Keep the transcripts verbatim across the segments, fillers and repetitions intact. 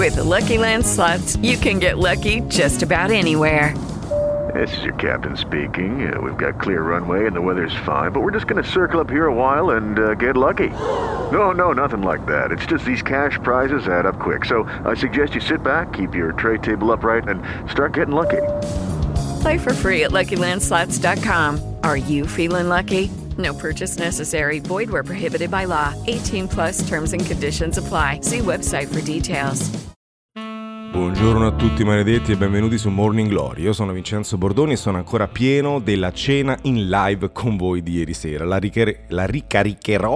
With the Lucky Land Slots, you can get lucky just about anywhere. This is your captain speaking. Uh, we've got clear runway and the weather's fine, but we're just going to circle up here a while and uh, get lucky. No, no, nothing like that. It's just these cash prizes add up quick. So I suggest you sit back, keep your tray table upright, and start getting lucky. Play for free at Lucky Land Slots dot com. Are you feeling lucky? No purchase necessary. Void where prohibited by law. eighteen plus terms and conditions apply. See website for details. Buongiorno a tutti maledetti e benvenuti su Morning Glory. Io sono Vincenzo Bordoni e sono ancora pieno della cena in live con voi di ieri sera. La, ricar- la ricaricherò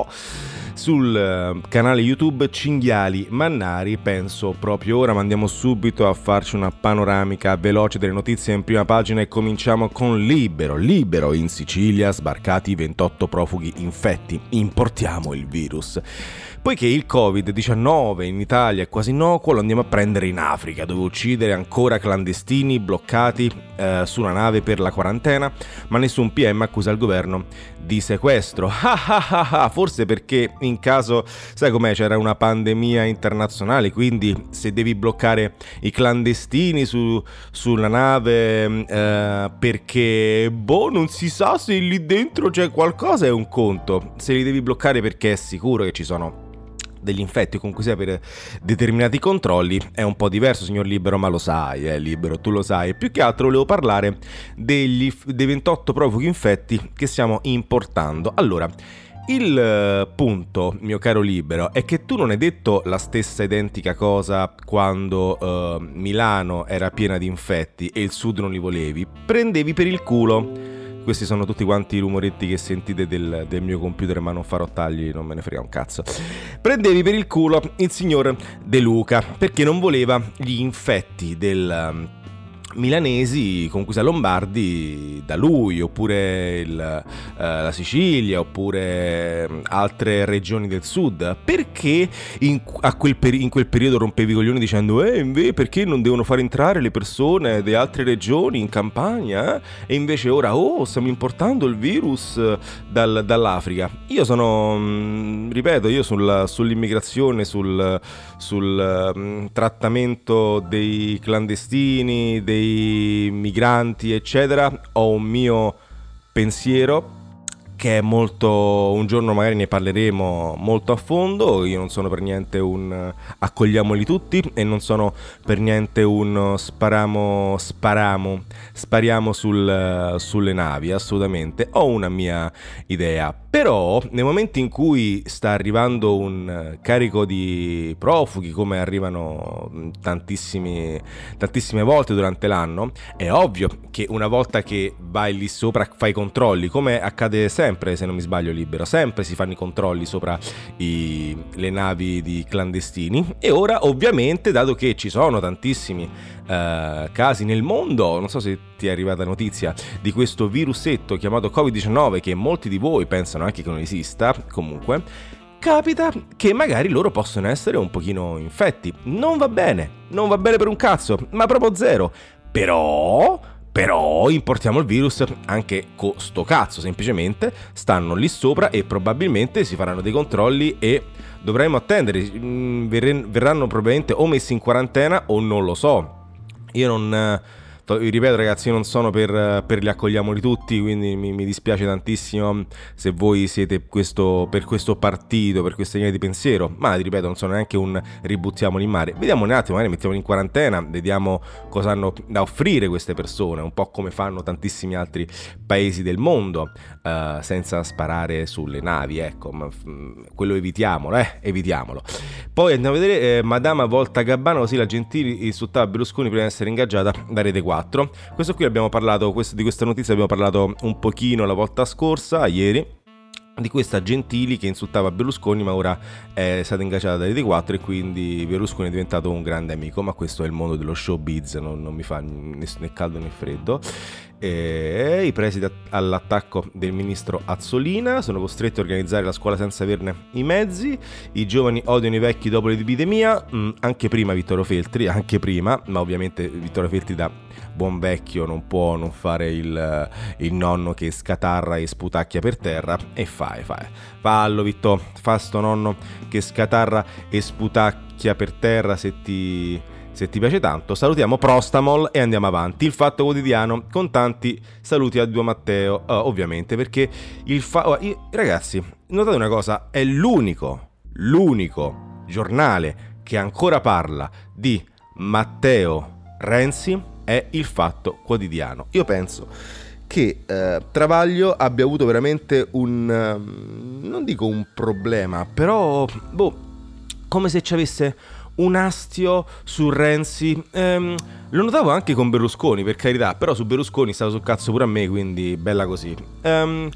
sul canale YouTube Cinghiali Mannari, penso proprio ora, ma andiamo subito a farci una panoramica veloce delle notizie in prima pagina e cominciamo con Libero. Libero, in Sicilia sbarcati ventotto profughi infetti, importiamo il virus. Poiché il covid diciannove in Italia è quasi innocuo, lo andiamo a prendere in Africa, dove uccidere ancora clandestini bloccati eh, su una nave per la quarantena, ma nessun P M accusa il governo di sequestro. Forse perché in caso, sai com'è, c'era una pandemia internazionale, quindi se devi bloccare i clandestini su sulla nave eh, perché boh, non si sa se lì dentro c'è qualcosa, è un conto. Se li devi bloccare perché è sicuro che ci sono degli infetti o comunque sia per determinati controlli, è un po' diverso, signor Libero, ma lo sai, eh, Libero, tu lo sai. Più che altro volevo parlare degli, dei ventotto profughi infetti che stiamo importando. Allora, il punto, mio caro Libero, è che tu non hai detto la stessa identica cosa quando uh, Milano era piena di infetti e il sud non li volevi, prendevi per il culo. Questi sono tutti quanti i rumoretti che sentite del, del mio computer, ma non farò tagli, non me ne frega un cazzo. Prendevi per il culo il signor De Luca perché non voleva gli infetti del um, milanesi, comunque sia Lombardi, da lui, oppure il, uh, la Sicilia, oppure altre regioni del sud. Perché in, a quel peri- in quel periodo rompevi i coglioni dicendo eh, invece perché non devono far entrare le persone delle altre regioni in Campania? Eh? E invece ora, oh, stiamo importando il virus dal, dall'Africa. Io sono, mh, ripeto, io sul, sull'immigrazione, sul, sul mh, trattamento dei clandestini, dei migranti eccetera, ho un mio pensiero che è molto, un giorno magari ne parleremo molto a fondo. Io non sono per niente un accogliamoli tutti e non sono per niente un sparamo sparamo spariamo sul, sulle navi, assolutamente. Ho una mia idea, però nel momento in cui sta arrivando un carico di profughi, come arrivano tantissimi tantissime volte durante l'anno, è ovvio che una volta che vai lì sopra fai i controlli, come accade sempre Sempre, se non mi sbaglio, Libero, sempre si fanno i controlli sopra i, le navi di clandestini. E ora, ovviamente, dato che ci sono tantissimi uh, casi nel mondo, non so se ti è arrivata notizia di questo virusetto chiamato covid diciannove, che molti di voi pensano anche che non esista, comunque capita che magari loro possono essere un pochino infetti. Non va bene, non va bene per un cazzo, ma proprio zero. Però... Però importiamo il virus anche con sto cazzo, semplicemente stanno lì sopra e probabilmente si faranno dei controlli e dovremo attendere, verranno probabilmente o messi in quarantena o non lo so. Io non... Vi ripeto ragazzi, io non sono per, per li accogliamoli tutti, quindi mi, mi dispiace tantissimo se voi siete questo, per questo partito, per questa linea di pensiero, ma vi ripeto, non sono neanche un ributtiamoli in mare. Vediamo un attimo, magari mettiamoli in quarantena, vediamo cosa hanno da offrire queste persone, un po' come fanno tantissimi altri paesi del mondo, uh, senza sparare sulle navi, ecco, ma, f- quello evitiamolo, eh, evitiamolo. Poi andiamo a vedere eh, Madama Volta Gabbana, così la Gentili insultava Berlusconi prima di essere ingaggiata da Rete quattro. Questo qui abbiamo parlato, questo, di questa notizia abbiamo parlato un pochino la volta scorsa, ieri, di questa Gentili che insultava Berlusconi, ma ora è stata ingaggiata da Rete quattro e quindi Berlusconi è diventato un grande amico. Ma questo è il mondo dello showbiz, non, non mi fa né, né caldo né freddo. E i presidi all'attacco del ministro Azzolina sono costretti a organizzare la scuola senza averne i mezzi. I giovani odiano i vecchi dopo l'epidemia. Mm, anche prima Vittorio Feltri, anche prima, ma ovviamente Vittorio Feltri da buon vecchio non può non fare il, il nonno che scatarra e sputacchia per terra, e fa fai, fai. Fallo, Vitto, fa sto nonno che scatarra e sputacchia per terra se ti... se ti piace tanto. Salutiamo Prostamol e andiamo avanti. Il Fatto Quotidiano con tanti saluti a Duo Matteo, uh, ovviamente, perché il fa... oh, io, ragazzi, notate una cosa, è l'unico, l'unico giornale che ancora parla di Matteo Renzi è il Fatto Quotidiano. Io penso che eh, Travaglio abbia avuto veramente un, uh, non dico un problema, però, boh, come se ci avesse un astio su Renzi. ehm, lo notavo anche con Berlusconi, per carità, però su Berlusconi stava sul cazzo pure a me, quindi bella così. ehm,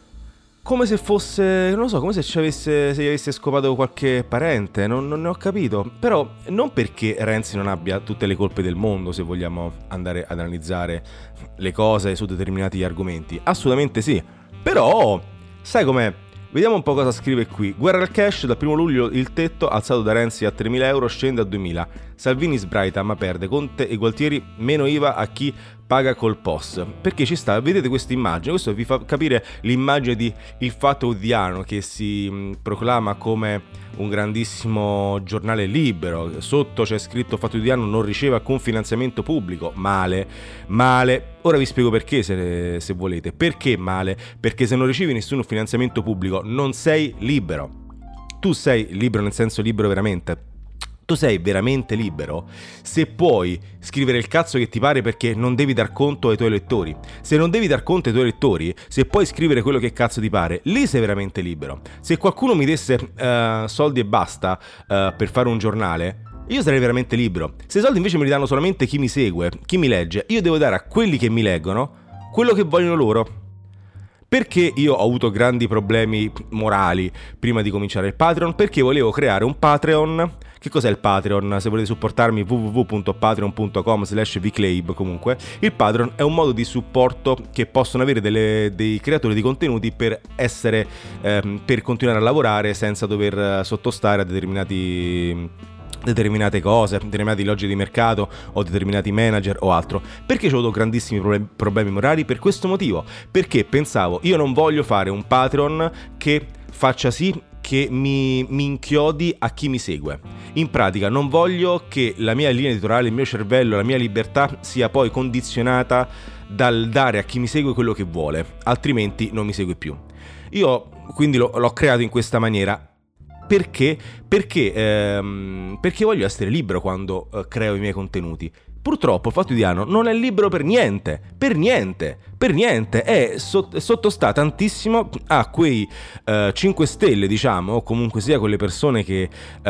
come se fosse, non lo so, come se ci avesse, se gli avesse scopato qualche parente, non, non ne ho capito. Però non perché Renzi non abbia tutte le colpe del mondo, se vogliamo andare ad analizzare le cose su determinati argomenti, assolutamente sì, però sai com'è? Vediamo un po' cosa scrive qui. Guerra al cash, dal primo luglio il tetto alzato da Renzi a tremila euro scende a duemila. Salvini sbraita ma perde. Conte e Gualtieri meno I V A a chi paga col P O S. Perché ci sta, vedete questa immagine, questo vi fa capire l'immagine di Il Fatto Quotidiano, che si mh, proclama come un grandissimo giornale libero. Sotto c'è scritto Fatto Quotidiano non riceve alcun finanziamento pubblico. Male, male. Ora vi spiego perché, se, se volete. Perché male? Perché se non ricevi nessun finanziamento pubblico non sei libero. Tu sei libero nel senso libero veramente. Tu sei veramente libero se puoi scrivere il cazzo che ti pare, perché non devi dar conto ai tuoi lettori. Se non devi dar conto ai tuoi lettori, se puoi scrivere quello che cazzo ti pare, lì sei veramente libero. Se qualcuno mi desse uh, soldi e basta uh, per fare un giornale, io sarei veramente libero. Se i soldi invece me li danno solamente chi mi segue, chi mi legge, io devo dare a quelli che mi leggono quello che vogliono loro. Perché io ho avuto grandi problemi morali prima di cominciare il Patreon? Perché volevo creare un Patreon. Che cos'è il Patreon? Se volete supportarmi, w w w punto patreon punto com slash vclaib. Comunque, il Patreon è un modo di supporto che possono avere delle, dei creatori di contenuti per essere, ehm, per continuare a lavorare senza dover sottostare a determinati... determinate cose, determinati logiche di mercato o determinati manager o altro. Perché ho avuto grandissimi problemi, problemi morali? Per questo motivo, perché pensavo, io non voglio fare un Patreon che faccia sì che mi, mi inchiodi a chi mi segue. In pratica non voglio che la mia linea editoriale, il mio cervello, la mia libertà sia poi condizionata dal dare a chi mi segue quello che vuole, altrimenti non mi segue più. Io quindi lo, l'ho creato in questa maniera. Perché? Perché, ehm, perché voglio essere libero quando eh, creo i miei contenuti. Purtroppo il Fatto Quotidiano non è libero per niente, per niente, per niente, è sott- sottostà tantissimo a quei uh, cinque stelle, diciamo, o comunque sia quelle persone che,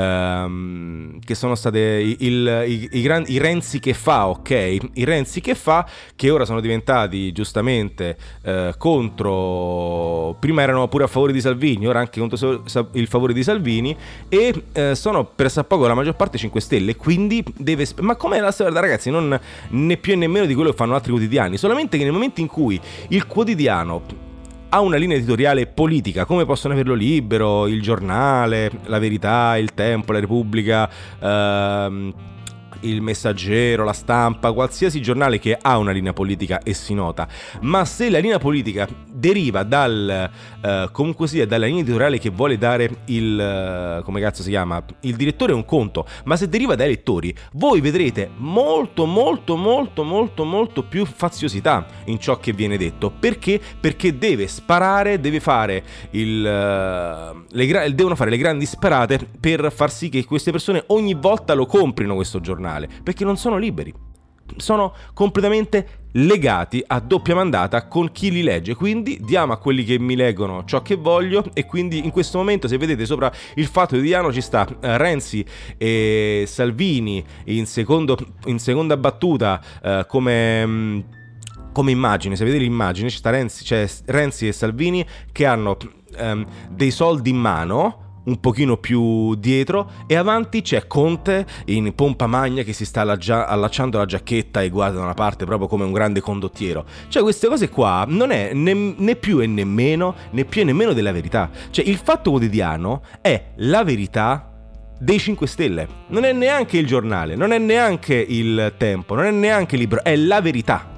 um, che sono state il, il, i, i, gran, i Renzi che fa, ok? I Renzi che fa, che ora sono diventati giustamente uh, contro, prima erano pure a favore di Salvini, ora anche contro il favore di Salvini, e uh, sono pressappoco la maggior parte cinque stelle, quindi deve... Sp- ma com'è la storia, ragazzi? Non né più né meno di quello che fanno altri quotidiani, solamente che nel momento in cui il quotidiano ha una linea editoriale politica, come possono averlo Libero, Il Giornale, La Verità, Il Tempo, La Repubblica, ehm, Il Messaggero, La Stampa, qualsiasi giornale che ha una linea politica e si nota, ma se la linea politica deriva dal uh, comunque sia dalla linea editoriale che vuole dare il uh, come cazzo si chiama, il direttore, è un conto, ma se deriva dai lettori, voi vedrete molto molto molto molto molto più faziosità in ciò che viene detto. Perché? Perché deve sparare, deve fare il uh, le gra- devono fare le grandi sparate per far sì che queste persone ogni volta lo comprino questo giornale, perché non sono liberi, sono completamente legati a doppia mandata con chi li legge. Quindi diamo a quelli che mi leggono ciò che voglio, e quindi in questo momento, se vedete sopra il Fatto Quotidiano, ci sta uh, Renzi e Salvini in, secondo, in seconda battuta uh, come... Um, come immagine. Se vedete l'immagine, ci sta Renzi, c'è Renzi e Salvini che hanno um, dei soldi in mano, un pochino più dietro, e avanti c'è Conte in pompa magna che si sta allaggia- allacciando la giacchetta e guarda da una parte proprio come un grande condottiero. Cioè, queste cose qua non è né, né più e nemmeno né più e nemmeno della verità. Cioè, il Fatto Quotidiano è la verità dei cinque Stelle, non è neanche il Giornale, non è neanche il Tempo, non è neanche Libero, è la verità.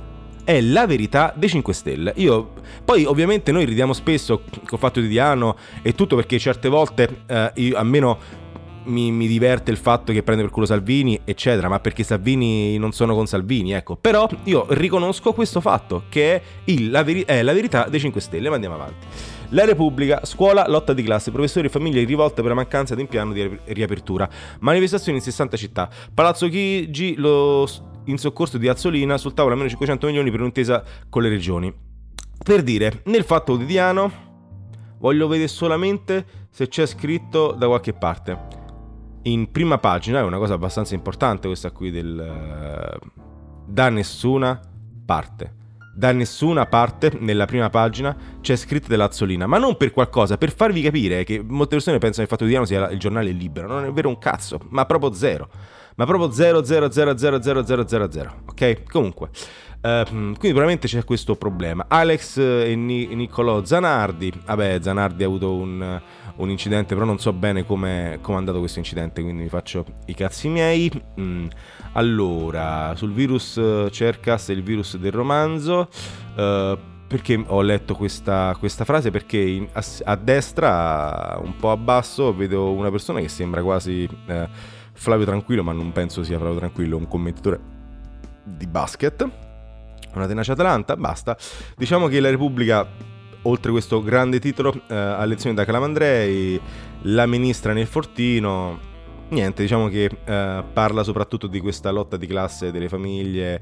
è la verità dei cinque Stelle. Io poi ovviamente noi ridiamo spesso col Fatto Quotidiano e tutto, perché certe volte eh, io, almeno mi, mi diverte il fatto che prende per culo Salvini eccetera, ma perché Salvini non sono con Salvini, ecco. Però io riconosco questo fatto, che è, il, la, veri- è la verità dei cinque Stelle. Ma andiamo avanti. La Repubblica, scuola, lotta di classe, professori e famiglie in rivolta per la mancanza di un piano di riapertura, manifestazioni in sessanta città, Palazzo Chigi lo, in soccorso di Azzolina, sul tavolo almeno cinquecento milioni per un'intesa con le regioni. Per dire, nel Fatto Quotidiano voglio vedere solamente se c'è scritto da qualche parte. In prima pagina, è una cosa abbastanza importante questa qui del uh, da nessuna parte. Da nessuna parte nella prima pagina c'è scritto dell'Azzolina, ma non per qualcosa, per farvi capire che molte persone pensano che il Fatto Quotidiano sia il giornale libero. Non è vero un cazzo, ma proprio zero. Ma proprio zero zero zero zero zero zero zero zero, ok? Comunque, uh, quindi probabilmente c'è questo problema. Alex e Ni- Niccolò Zanardi, vabbè, Zanardi ha avuto un, un incidente, però non so bene come è andato questo incidente, quindi mi faccio i cazzi miei. Mm. Allora, sul virus Cercas, il virus del romanzo, uh, perché ho letto questa, questa frase? Perché in, a, a destra, un po' a basso, vedo una persona che sembra quasi uh, Flavio Tranquillo, ma non penso sia Flavio Tranquillo, un commentatore di basket, una tenace Atalanta, basta. Diciamo che la Repubblica, oltre questo grande titolo, uh, a lezioni da Calamandrei, la ministra nel fortino. Niente, diciamo che eh, parla soprattutto di questa lotta di classe delle famiglie,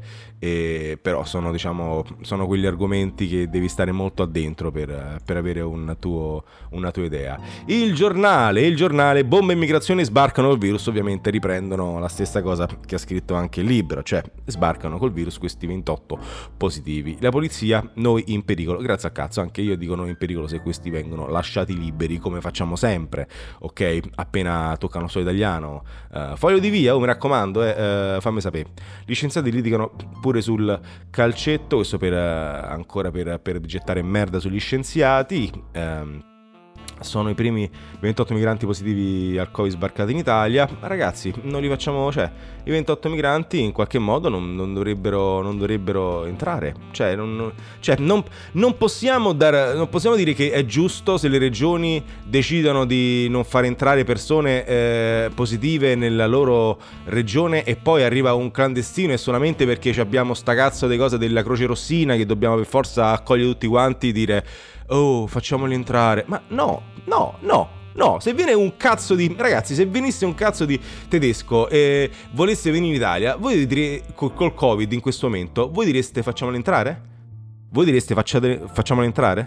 e però sono, diciamo, sono quegli argomenti che devi stare molto addentro per, per avere un tuo, una tua idea. Il giornale, il giornale, bombe immigrazione, sbarcano il virus, ovviamente riprendono la stessa cosa che ha scritto anche il Libero, cioè sbarcano col virus questi ventotto positivi. La polizia, noi in pericolo, grazie a cazzo, anche io dico noi in pericolo se questi vengono lasciati liberi, come facciamo sempre, ok? Appena toccano solo italiano. Uh, foglio di via, oh, mi raccomando, eh, uh, fammi sapere. Gli scienziati litigano pure sul calcetto, questo per uh, ancora per, per gettare merda sugli scienziati. Um, sono i primi ventotto migranti positivi al Covid sbarcati in Italia. Ragazzi, non li facciamo, cioè i ventotto migranti in qualche modo non, non dovrebbero non dovrebbero entrare. Cioè, non, cioè non, non possiamo dar, non possiamo dire che è giusto se le regioni decidono di non far entrare persone eh, positive nella loro regione e poi arriva un clandestino e solamente perché abbiamo sta cazzo di cosa della Croce Rossina che dobbiamo per forza accogliere tutti quanti, dire oh, facciamoli entrare. Ma no, no, no, no. Se viene un cazzo di... Ragazzi, se venisse un cazzo di tedesco e volesse venire in Italia, voi direte, col, col Covid in questo momento, voi direste facciamolo entrare? Voi direste facciate, facciamolo entrare?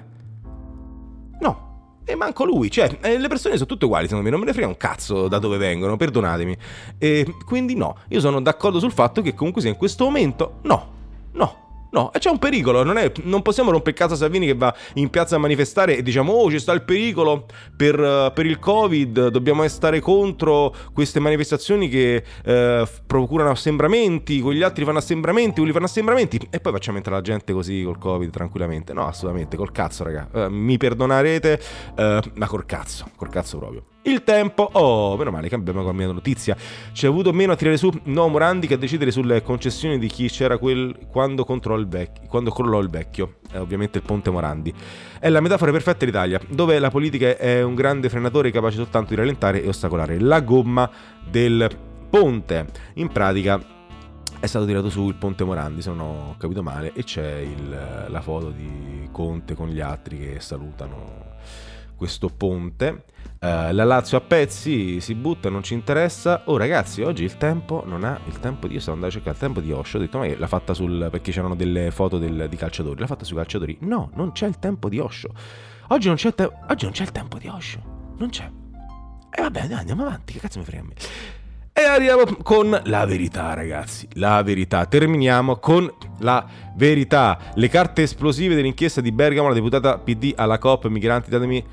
No. E manco lui, cioè, eh, le persone sono tutte uguali, secondo me, non me ne frega un cazzo da dove vengono, perdonatemi. E quindi no, io sono d'accordo sul fatto che comunque sia in questo momento, no, no. No, c'è un pericolo, non, è, non possiamo rompere il cazzo a Salvini che va in piazza a manifestare e diciamo oh ci sta il pericolo per, per il Covid, dobbiamo stare contro queste manifestazioni che eh, procurano assembramenti, quegli altri fanno assembramenti, quelli fanno assembramenti e poi facciamo entrare la gente così col Covid tranquillamente. No, assolutamente, col cazzo raga, eh, mi perdonerete, eh, ma col cazzo, col cazzo proprio. Il Tempo, oh, meno male che abbiamo cambiato notizia. C'è avuto meno a tirare su no Morandi che a decidere sulle concessioni di chi c'era quel quando controllò il vecchio, quando crollò il vecchio, eh, ovviamente il ponte Morandi. È la metafora perfetta d'Italia, dove la politica è un grande frenatore capace soltanto di rallentare e ostacolare la gomma del ponte. In pratica è stato tirato su il ponte Morandi, se non ho capito male, e c'è il, la foto di Conte con gli altri che salutano questo ponte. Uh, la Lazio a pezzi si butta, non ci interessa. Oh ragazzi, oggi il Tempo non ha il tempo di... Io stavo andando a cercare il tempo di Osho, ho detto ma l'ha fatta sul... perché c'erano delle foto del, di calciatori, l'ha fatta sui calciatori. No, non c'è il tempo di Osho. Oggi non c'è il, te... oggi non c'è il tempo di Osho. Non c'è. E vabbè, andiamo avanti, che cazzo mi frega a me. E arriviamo con la verità, ragazzi. La verità. Terminiamo con la verità. Le carte esplosive dell'inchiesta di Bergamo, la deputata P D alla Coop migranti. Datemi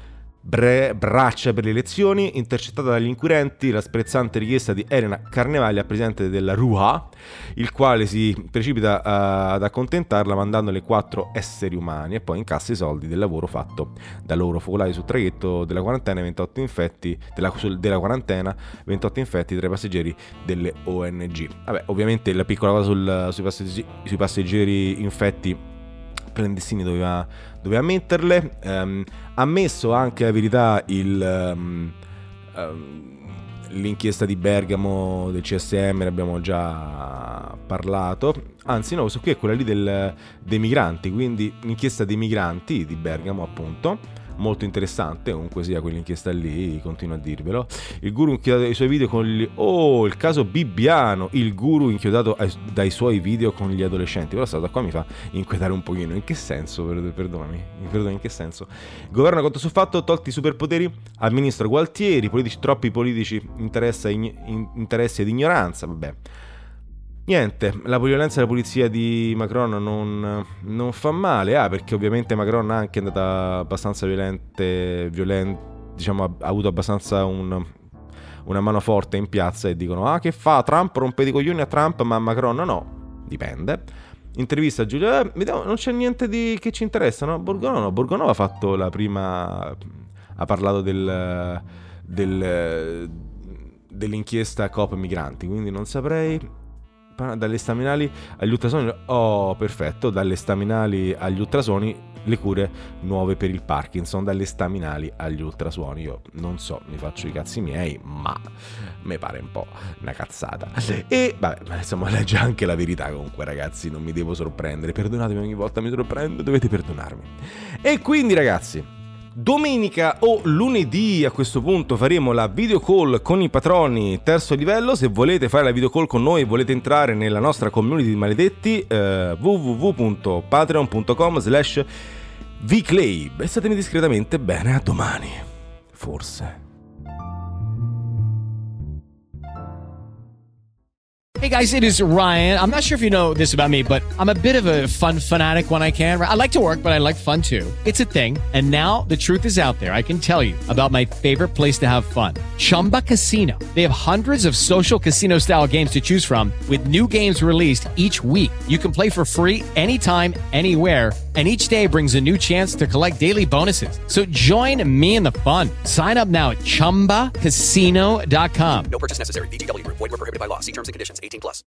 bre- braccia per le elezioni, intercettata dagli inquirenti la sprezzante richiesta di Elena Carnevaglia, presidente della Ruha, il quale si precipita uh, ad accontentarla mandandole quattro esseri umani e poi incassa i soldi del lavoro fatto da loro. Focolai sul traghetto della quarantena, ventotto infetti della, della quarantena, ventotto infetti tra i passeggeri delle O N G. Vabbè, ovviamente la piccola cosa sul, sui, passeggeri, sui passeggeri infetti clandestini doveva, doveva metterle. Um, ha messo anche la verità il um, um, l'inchiesta di Bergamo del C S M, ne abbiamo già parlato, anzi no, questo qui è quella lì del, dei migranti, quindi l'inchiesta dei migranti di Bergamo, appunto, molto interessante, comunque sia quell'inchiesta lì, continuo a dirvelo. Il guru inchiodato dai suoi video con gli... Oh, il caso Bibbiano, il guru inchiodato ai... dai suoi video con gli adolescenti. Però questa qua mi fa inquietare un pochino. In che senso? Perdonami, perdonami, in che senso? Il governo conta sul fatto, tolti i superpoteri al ministro Gualtieri, politici, troppi politici interessa, ign... interessi ed ignoranza, vabbè. Niente, la violenza della polizia di Macron non, non fa male, ah, perché ovviamente Macron è anche andata abbastanza violente, violent, diciamo, ha avuto abbastanza un, una mano forte in piazza e dicono, ah, che fa Trump, rompete i coglioni a Trump, ma Macron no, dipende. Intervista a Giulia, eh, vediamo, non c'è niente di che ci interessa, no? Borgonova, no, Borgonova ha fatto la prima, ha parlato del, del dell'inchiesta Coop Migranti, quindi non saprei. Dalle staminali agli ultrasuoni, oh perfetto, dalle staminali agli ultrasuoni le cure nuove per il Parkinson, dalle staminali agli ultrasuoni. Io non so, mi faccio i cazzi miei, ma mi pare un po' una cazzata. E vabbè, insomma, legge anche la verità. Comunque ragazzi, non mi devo sorprendere, perdonatemi, ogni volta mi sorprendo, dovete perdonarmi. E quindi ragazzi, domenica o lunedì a questo punto faremo la video call con i patroni terzo livello. Se volete fare la video call con noi e volete entrare nella nostra community di maledetti, eh, w w w punto patreon punto com slash vclay. E statemi discretamente bene, a domani, forse. Hey guys, it is Ryan. I'm not sure if you know this about me, but I'm a bit of a fun fanatic when I can. I like to work, but I like fun too. It's a thing. And now the truth is out there. I can tell you about my favorite place to have fun. Chumba Casino. They have hundreds of social casino style games to choose from with new games released each week. You can play for free anytime, anywhere. And each day brings a new chance to collect daily bonuses. So join me in the fun. Sign up now at chumba casino dot com. No purchase necessary. V G W Group. Void where prohibited by law. See terms and conditions. eighteen plus.